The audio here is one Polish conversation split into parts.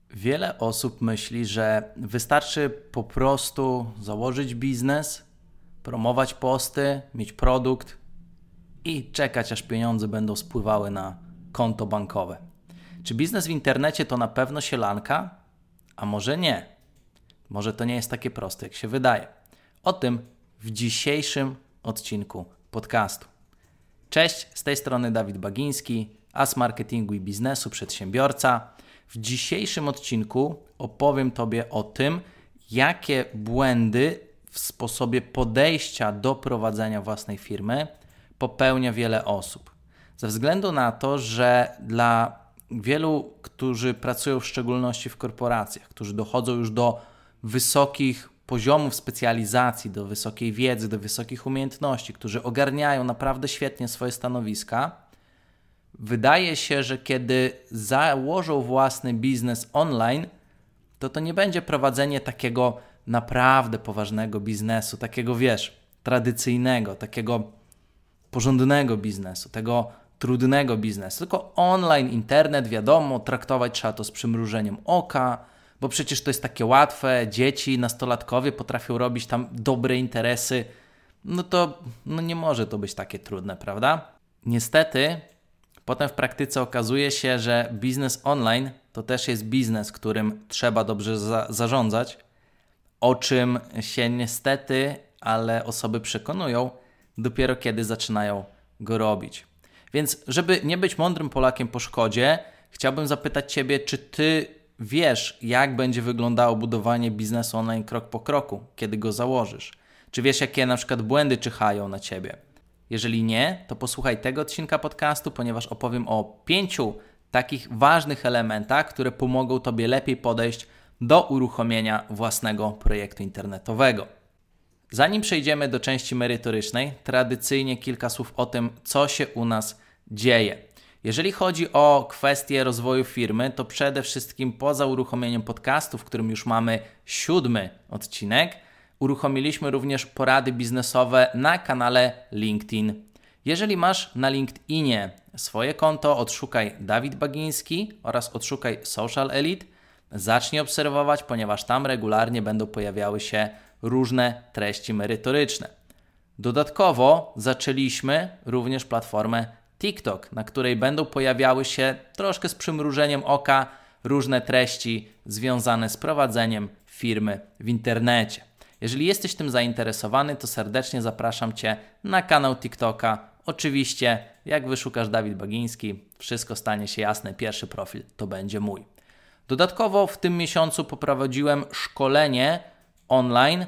Wiele osób myśli, że wystarczy po prostu założyć biznes, promować posty, mieć produkt i czekać, aż pieniądze będą spływały na konto bankowe. Czy biznes w internecie to na pewno sielanka? A może nie? Może to nie jest takie proste, jak się wydaje. O tym w dzisiejszym odcinku podcastu. Cześć, z tej strony Dawid Bagiński, as marketingu i biznesu, przedsiębiorca. W dzisiejszym odcinku opowiem Tobie o tym, jakie błędy w sposobie podejścia do prowadzenia własnej firmy popełnia wiele osób. Ze względu na to, że dla wielu, którzy pracują w szczególności w korporacjach, którzy dochodzą już do wysokich poziomów specjalizacji, do wysokiej wiedzy, do wysokich umiejętności, którzy ogarniają naprawdę świetnie swoje stanowiska, wydaje się, że kiedy założą własny biznes online, to nie będzie prowadzenie takiego naprawdę poważnego biznesu, takiego tradycyjnego, takiego porządnego biznesu, tego trudnego biznesu, tylko online, internet, wiadomo, traktować trzeba to z przymrużeniem oka, bo przecież to jest takie łatwe, dzieci, nastolatkowie potrafią robić tam dobre interesy, no nie może to być takie trudne, prawda? Niestety, potem w praktyce okazuje się, że biznes online to też jest biznes, którym trzeba dobrze zarządzać, o czym się niestety, ale osoby przekonują dopiero kiedy zaczynają go robić. Więc żeby nie być mądrym Polakiem po szkodzie, chciałbym zapytać Ciebie, czy Ty wiesz, jak będzie wyglądało budowanie biznesu online krok po kroku, kiedy go założysz? Czy wiesz, jakie na przykład błędy czyhają na Ciebie? Jeżeli nie, to posłuchaj tego odcinka podcastu, ponieważ opowiem o 5 takich ważnych elementach, które pomogą Tobie lepiej podejść do uruchomienia własnego projektu internetowego. Zanim przejdziemy do części merytorycznej, tradycyjnie kilka słów o tym, co się u nas dzieje. Jeżeli chodzi o kwestię rozwoju firmy, to przede wszystkim poza uruchomieniem podcastu, w którym już mamy 7 odcinek, uruchomiliśmy również porady biznesowe na kanale LinkedIn. Jeżeli masz na LinkedInie swoje konto, odszukaj Dawid Bagiński oraz odszukaj Social Elite. Zacznij obserwować, ponieważ tam regularnie będą pojawiały się różne treści merytoryczne. Dodatkowo zaczęliśmy również platformę TikTok, na której będą pojawiały się troszkę z przymrużeniem oka różne treści związane z prowadzeniem firmy w internecie. Jeżeli jesteś tym zainteresowany, to serdecznie zapraszam Cię na kanał TikToka. Oczywiście, jak wyszukasz Dawid Bagiński, wszystko stanie się jasne. Pierwszy profil to będzie mój. Dodatkowo w tym miesiącu poprowadziłem szkolenie online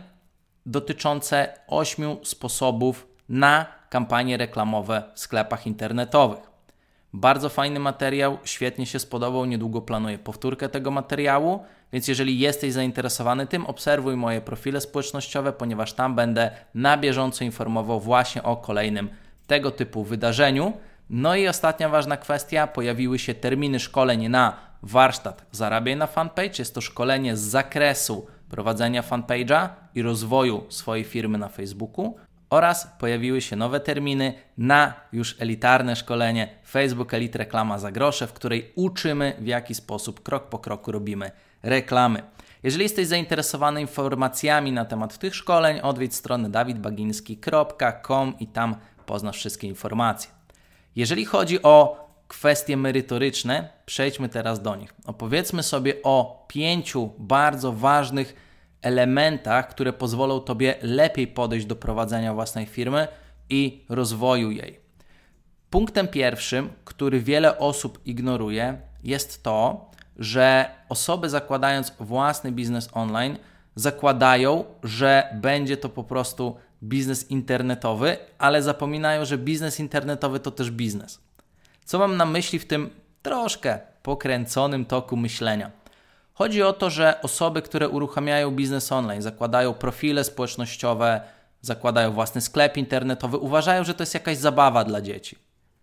dotyczące 8 sposobów na kampanie reklamowe w sklepach internetowych. Bardzo fajny materiał, świetnie się spodobał, niedługo planuję powtórkę tego materiału, więc jeżeli jesteś zainteresowany tym, obserwuj moje profile społecznościowe, ponieważ tam będę na bieżąco informował właśnie o kolejnym tego typu wydarzeniu. No i ostatnia ważna kwestia, pojawiły się terminy szkoleń na warsztat Zarabiaj na Fanpage. Jest to szkolenie z zakresu prowadzenia fanpage'a i rozwoju swojej firmy na Facebooku oraz pojawiły się nowe terminy na już elitarne szkolenie Facebook Elite Reklama za grosze, w której uczymy, w jaki sposób krok po kroku robimy reklamy. Jeżeli jesteś zainteresowany informacjami na temat tych szkoleń, odwiedź stronę dawidbagiński.com i tam poznasz wszystkie informacje. Jeżeli chodzi o kwestie merytoryczne, przejdźmy teraz do nich. Opowiedzmy sobie o 5 bardzo ważnych elementach, które pozwolą Tobie lepiej podejść do prowadzenia własnej firmy i rozwoju jej. Punktem pierwszym, który wiele osób ignoruje, jest to, że osoby zakładając własny biznes online zakładają, że będzie to po prostu biznes internetowy, ale zapominają, że biznes internetowy to też biznes. Co mam na myśli w tym troszkę pokręconym toku myślenia? Chodzi o to, że osoby, które uruchamiają biznes online, zakładają profile społecznościowe, zakładają własny sklep internetowy, uważają, że to jest jakaś zabawa dla dzieci.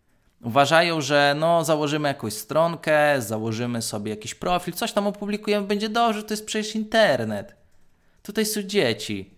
Uważają, że założymy jakąś stronkę, założymy sobie jakiś profil, coś tam opublikujemy, będzie dobrze, to jest przecież internet. Tutaj są dzieci.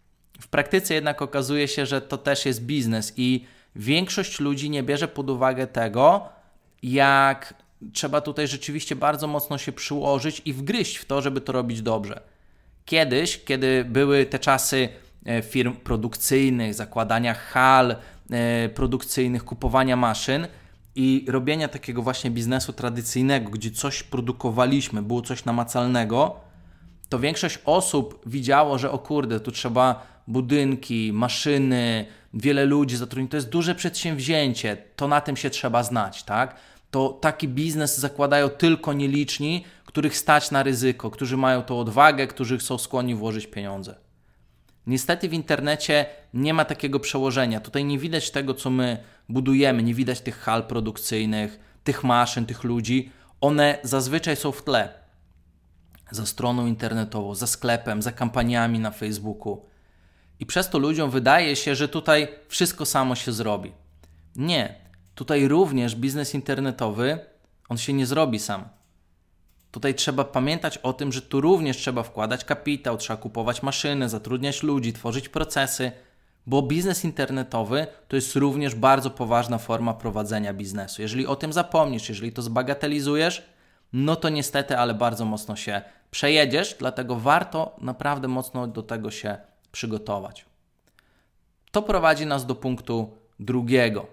W praktyce jednak okazuje się, że to też jest biznes i większość ludzi nie bierze pod uwagę tego, jak trzeba tutaj rzeczywiście bardzo mocno się przyłożyć i wgryźć w to, żeby to robić dobrze. Kiedyś, kiedy były te czasy firm produkcyjnych, zakładania hal produkcyjnych, kupowania maszyn i robienia takiego właśnie biznesu tradycyjnego, gdzie coś produkowaliśmy, było coś namacalnego, to większość osób widziało, że o kurde, tu trzeba budynki, maszyny, wiele ludzi zatrudnić, to jest duże przedsięwzięcie, to na tym się trzeba znać, tak? To taki biznes zakładają tylko nieliczni, których stać na ryzyko, którzy mają tą odwagę, którzy są skłonni włożyć pieniądze. Niestety w internecie nie ma takiego przełożenia. Tutaj nie widać tego, co my budujemy, nie widać tych hal produkcyjnych, tych maszyn, tych ludzi. One zazwyczaj są w tle. Za stroną internetową, za sklepem, za kampaniami na Facebooku. I przez to ludziom wydaje się, że tutaj wszystko samo się zrobi. Nie. Tutaj również biznes internetowy, on się nie zrobi sam. Tutaj trzeba pamiętać o tym, że tu również trzeba wkładać kapitał, trzeba kupować maszyny, zatrudniać ludzi, tworzyć procesy, bo biznes internetowy to jest również bardzo poważna forma prowadzenia biznesu. Jeżeli o tym zapomnisz, jeżeli to zbagatelizujesz, no to niestety, ale bardzo mocno się przejedziesz, dlatego warto naprawdę mocno do tego się przygotować. To prowadzi nas do punktu drugiego.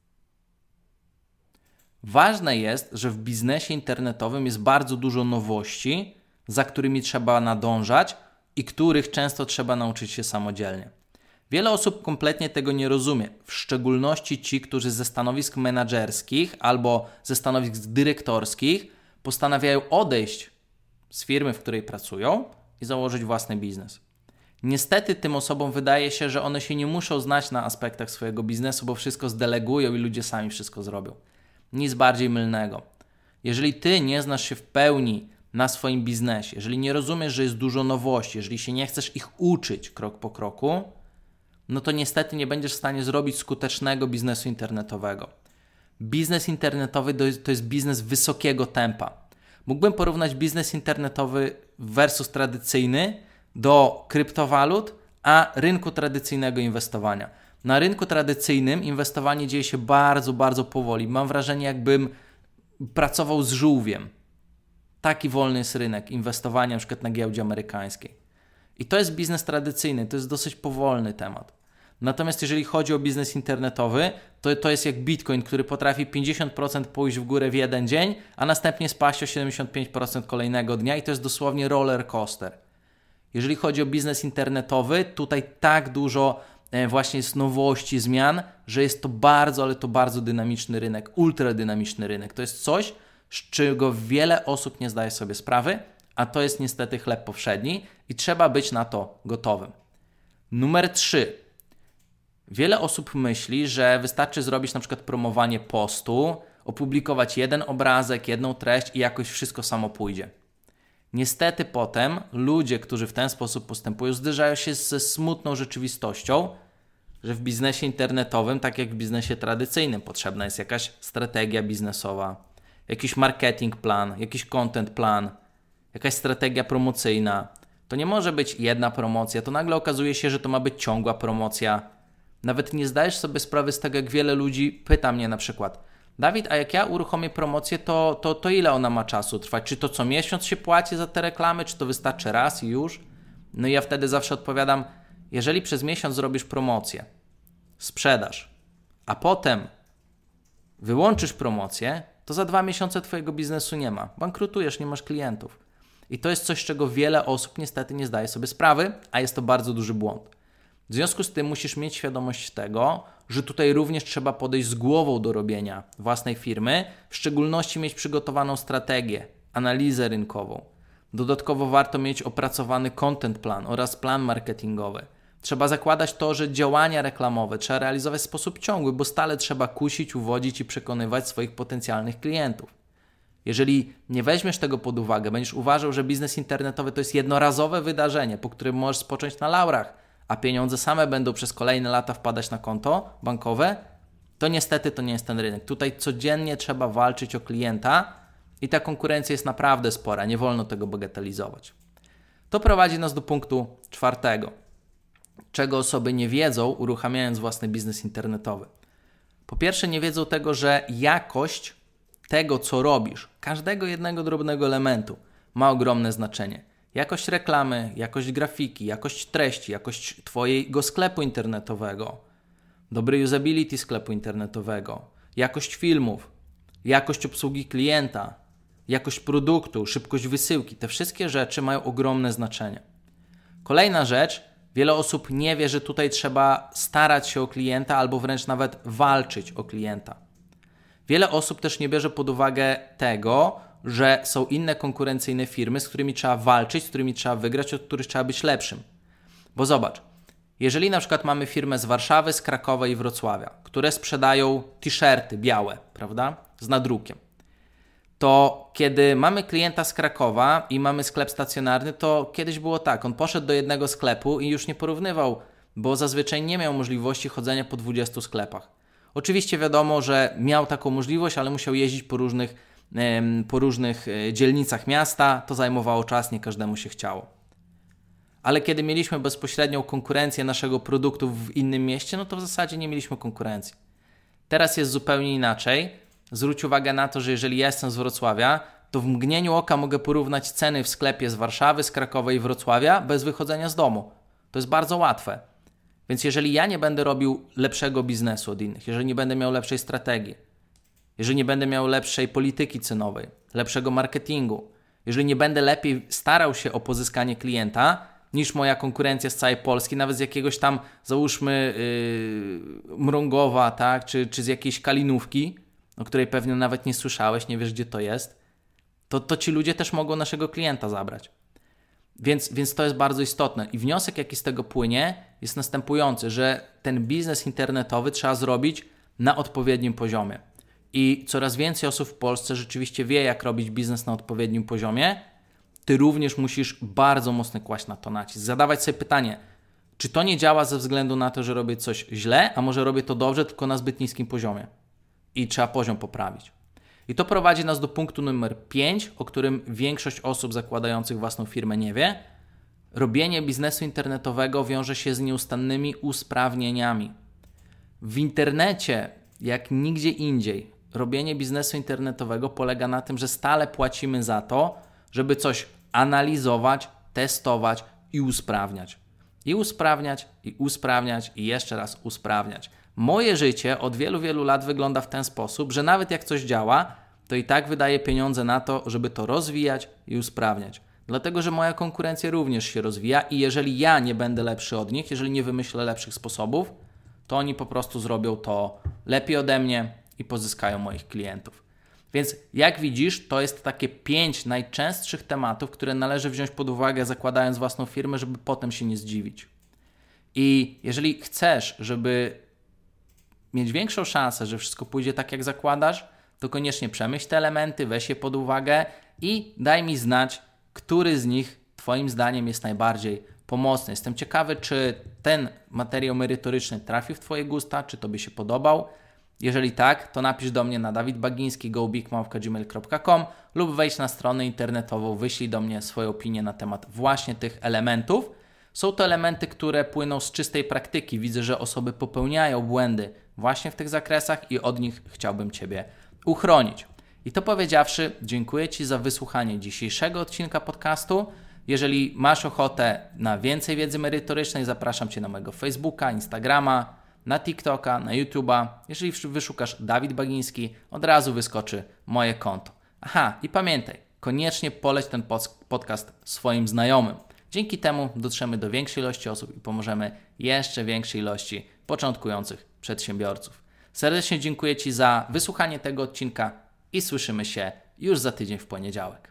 Ważne jest, że w biznesie internetowym jest bardzo dużo nowości, za którymi trzeba nadążać i których często trzeba nauczyć się samodzielnie. Wiele osób kompletnie tego nie rozumie, w szczególności ci, którzy ze stanowisk menadżerskich albo ze stanowisk dyrektorskich postanawiają odejść z firmy, w której pracują i założyć własny biznes. Niestety tym osobom wydaje się, że one się nie muszą znać na aspektach swojego biznesu, bo wszystko zdelegują i ludzie sami wszystko zrobią. Nic bardziej mylnego. Jeżeli ty nie znasz się w pełni na swoim biznesie, jeżeli nie rozumiesz, że jest dużo nowości, jeżeli się nie chcesz ich uczyć krok po kroku, no to niestety nie będziesz w stanie zrobić skutecznego biznesu internetowego. Biznes internetowy to jest biznes wysokiego tempa. Mógłbym porównać biznes internetowy versus tradycyjny do kryptowalut, a rynku tradycyjnego inwestowania. Na rynku tradycyjnym inwestowanie dzieje się bardzo, bardzo powoli. Mam wrażenie, jakbym pracował z żółwiem. Taki wolny jest rynek inwestowania, na przykład na giełdzie amerykańskiej. I to jest biznes tradycyjny, to jest dosyć powolny temat. Natomiast jeżeli chodzi o biznes internetowy, to jest jak Bitcoin, który potrafi 50% pójść w górę w jeden dzień, a następnie spaść o 75% kolejnego dnia i to jest dosłownie roller coaster. Jeżeli chodzi o biznes internetowy, tutaj tak dużo właśnie jest nowości, zmian, że jest to bardzo, ale to bardzo dynamiczny rynek, ultradynamiczny rynek. To jest coś, z czego wiele osób nie zdaje sobie sprawy, a to jest niestety chleb powszedni i trzeba być na to gotowym. Numer 3. Wiele osób myśli, że wystarczy zrobić na przykład promowanie postu, opublikować jeden obrazek, jedną treść i jakoś wszystko samo pójdzie. Niestety potem ludzie, którzy w ten sposób postępują, zderzają się ze smutną rzeczywistością, że w biznesie internetowym, tak jak w biznesie tradycyjnym, potrzebna jest jakaś strategia biznesowa, jakiś marketing plan, jakiś content plan, jakaś strategia promocyjna. To nie może być jedna promocja, to nagle okazuje się, że to ma być ciągła promocja. Nawet nie zdajesz sobie sprawy z tego, jak wiele ludzi pyta mnie na przykład: Dawid, a jak ja uruchomię promocję, to ile ona ma czasu trwać? Czy to co miesiąc się płaci za te reklamy, czy to wystarczy raz i już? No i ja wtedy zawsze odpowiadam: jeżeli przez miesiąc zrobisz promocję, sprzedaż, a potem wyłączysz promocję, to za 2 miesiące twojego biznesu nie ma. Bankrutujesz, nie masz klientów. I to jest coś, z czego wiele osób niestety nie zdaje sobie sprawy, a jest to bardzo duży błąd. W związku z tym musisz mieć świadomość tego, że tutaj również trzeba podejść z głową do robienia własnej firmy, w szczególności mieć przygotowaną strategię, analizę rynkową. Dodatkowo warto mieć opracowany content plan oraz plan marketingowy. Trzeba zakładać to, że działania reklamowe trzeba realizować w sposób ciągły, bo stale trzeba kusić, uwodzić i przekonywać swoich potencjalnych klientów. Jeżeli nie weźmiesz tego pod uwagę, będziesz uważał, że biznes internetowy to jest jednorazowe wydarzenie, po którym możesz spocząć na laurach, a pieniądze same będą przez kolejne lata wpadać na konto bankowe, to niestety to nie jest ten rynek. Tutaj codziennie trzeba walczyć o klienta i ta konkurencja jest naprawdę spora, nie wolno tego bagatelizować. To prowadzi nas do punktu 4. Czego osoby nie wiedzą, uruchamiając własny biznes internetowy. Po pierwsze, nie wiedzą tego, że jakość tego, co robisz, każdego jednego drobnego elementu ma ogromne znaczenie. Jakość reklamy, jakość grafiki, jakość treści, jakość Twojego sklepu internetowego, dobry usability sklepu internetowego, jakość filmów, jakość obsługi klienta, jakość produktu, szybkość wysyłki. Te wszystkie rzeczy mają ogromne znaczenie. Kolejna rzecz, wiele osób nie wie, że tutaj trzeba starać się o klienta albo wręcz nawet walczyć o klienta. Wiele osób też nie bierze pod uwagę tego, że są inne konkurencyjne firmy, z którymi trzeba walczyć, z którymi trzeba wygrać, od których trzeba być lepszym. Bo zobacz, jeżeli na przykład mamy firmę z Warszawy, z Krakowa i Wrocławia, które sprzedają t-shirty białe, prawda, z nadrukiem, to kiedy mamy klienta z Krakowa i mamy sklep stacjonarny, to kiedyś było tak, on poszedł do jednego sklepu i już nie porównywał, bo zazwyczaj nie miał możliwości chodzenia po 20 sklepach. Oczywiście wiadomo, że miał taką możliwość, ale musiał jeździć po różnych dzielnicach miasta, to zajmowało czas, nie każdemu się chciało. Ale kiedy mieliśmy bezpośrednią konkurencję naszego produktu w innym mieście, no to w zasadzie nie mieliśmy konkurencji. Teraz jest zupełnie inaczej. Zwróć uwagę na to, że jeżeli ja jestem z Wrocławia, to w mgnieniu oka mogę porównać ceny w sklepie z Warszawy, z Krakowa i Wrocławia bez wychodzenia z domu. To jest bardzo łatwe. Więc jeżeli ja nie będę robił lepszego biznesu od innych, jeżeli nie będę miał lepszej strategii, jeżeli nie będę miał lepszej polityki cenowej, lepszego marketingu, jeżeli nie będę lepiej starał się o pozyskanie klienta niż moja konkurencja z całej Polski, nawet z jakiegoś tam, załóżmy, Mrągowa, tak? czy z jakiejś Kalinówki, o której pewnie nawet nie słyszałeś, nie wiesz, gdzie to jest, to ci ludzie też mogą naszego klienta zabrać. Więc to jest bardzo istotne. I wniosek, jaki z tego płynie, jest następujący, że ten biznes internetowy trzeba zrobić na odpowiednim poziomie. I coraz więcej osób w Polsce rzeczywiście wie, jak robić biznes na odpowiednim poziomie. Ty również musisz bardzo mocno kłaść na to nacisk. Zadawać sobie pytanie, czy to nie działa ze względu na to, że robię coś źle, a może robię to dobrze, tylko na zbyt niskim poziomie. I trzeba poziom poprawić. I to prowadzi nas do punktu numer 5, o którym większość osób zakładających własną firmę nie wie. Robienie biznesu internetowego wiąże się z nieustannymi usprawnieniami. W internecie, jak nigdzie indziej, robienie biznesu internetowego polega na tym, że stale płacimy za to, żeby coś analizować, testować i usprawniać. I usprawniać, i usprawniać, i jeszcze raz usprawniać. Moje życie od wielu, wielu lat wygląda w ten sposób, że nawet jak coś działa, to i tak wydaję pieniądze na to, żeby to rozwijać i usprawniać. Dlatego, że moja konkurencja również się rozwija i jeżeli ja nie będę lepszy od nich, jeżeli nie wymyślę lepszych sposobów, to oni po prostu zrobią to lepiej ode mnie i pozyskają moich klientów. Więc jak widzisz, to jest takie 5 najczęstszych tematów, które należy wziąć pod uwagę, zakładając własną firmę, żeby potem się nie zdziwić. I jeżeli chcesz, żeby mieć większą szansę, że wszystko pójdzie tak, jak zakładasz, to koniecznie przemyśl te elementy, weź je pod uwagę i daj mi znać, który z nich Twoim zdaniem jest najbardziej pomocny. Jestem ciekawy, czy ten materiał merytoryczny trafił w Twoje gusta, czy Tobie się podobał. Jeżeli tak, to napisz do mnie na dawidbagiński@gmail.com lub wejdź na stronę internetową, wyślij do mnie swoją opinię na temat właśnie tych elementów. Są to elementy, które płyną z czystej praktyki. Widzę, że osoby popełniają błędy właśnie w tych zakresach i od nich chciałbym Ciebie uchronić. I to powiedziawszy, dziękuję Ci za wysłuchanie dzisiejszego odcinka podcastu. Jeżeli masz ochotę na więcej wiedzy merytorycznej, zapraszam Cię na mojego Facebooka, Instagrama, na TikToka, na YouTube'a. Jeżeli wyszukasz Dawid Bagiński, od razu wyskoczy moje konto. Aha, i pamiętaj, koniecznie poleć ten podcast swoim znajomym. Dzięki temu dotrzemy do większej ilości osób i pomożemy jeszcze większej ilości początkujących przedsiębiorców. Serdecznie dziękuję Ci za wysłuchanie tego odcinka i słyszymy się już za tydzień w poniedziałek.